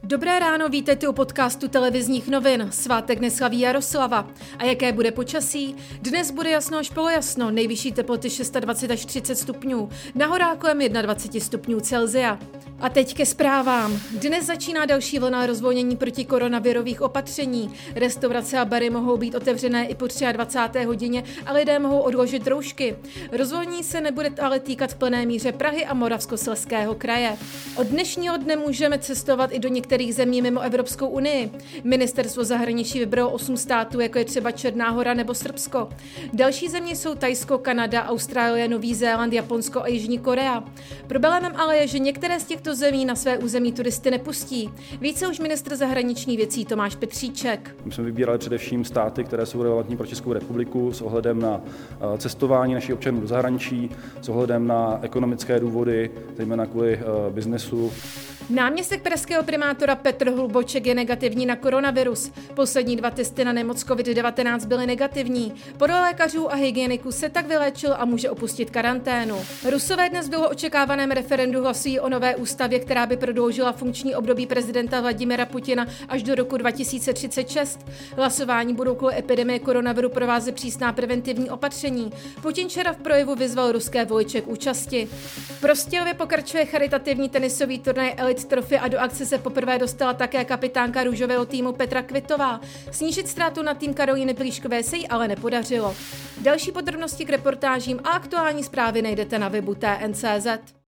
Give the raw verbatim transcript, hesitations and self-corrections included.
Dobré ráno, vítejte u podcastu televizních novin. Svátek neslaví Jaroslava. A jaké bude počasí? Dnes bude jasno až polojasno, nejvyšší teploty dvacet šest až třicet stupňů, na horách kolem dvacet jedna stupňů Celsia. A teď ke zprávám. Dnes začíná další vlna rozvolnění proti koronavirových opatření. Restaurace a bary mohou být otevřené i po dvacáté třetí hodině a lidé mohou odložit roušky. Rozvolnění se nebude ale týkat v plné míře Prahy a Moravskoslezského kraje. Od dnešního dne můžeme cestovat i do některých zemí mimo Evropskou unii. Ministerstvo zahraničí vybralo osm států, jako je třeba Černá Hora nebo Srbsko. Další země jsou Thajsko, Kanada, Austrálie, Nový Zéland, Japonsko a Jižní Korea. Problémem ale je, že některé z těchto zemí na své území turisty nepustí. Více už ministr zahraničních věcí Tomáš Petříček. My jsme vybírali především státy, které jsou relevantní pro Českou republiku s ohledem na cestování našich občanů do zahraničí, s ohledem na ekonomické důvody, zejména kvůli biznesu. Náměstek pražského primátora Petr Hluboček je negativní na koronavirus. Poslední dva testy na nemoc covid devatenáct byly negativní. Podle lékařů a hygieniků se tak vyléčil a může opustit karanténu. Rusové dnes v dlouho očekávaném referendu hlasují o nové ústavě, která by prodloužila funkční období prezidenta Vladimira Putina až do roku dva tisíce třicet šest. Hlasování budou kvůli epidemie koronaviru provázet přísná preventivní opatření. Putin včera v projevu vyzval ruské voliče k účasti. V Prostějově pokračuje charitativní tenisový turnaj Elite Trophy a do akce se poprvé dostala také kapitánka růžového týmu Petra Kvitová. Snížit ztrátu na tým Karolíny Plíškové se jí ale nepodařilo. Další podrobnosti k reportážím a aktuální zprávy najdete na webu T N C Z.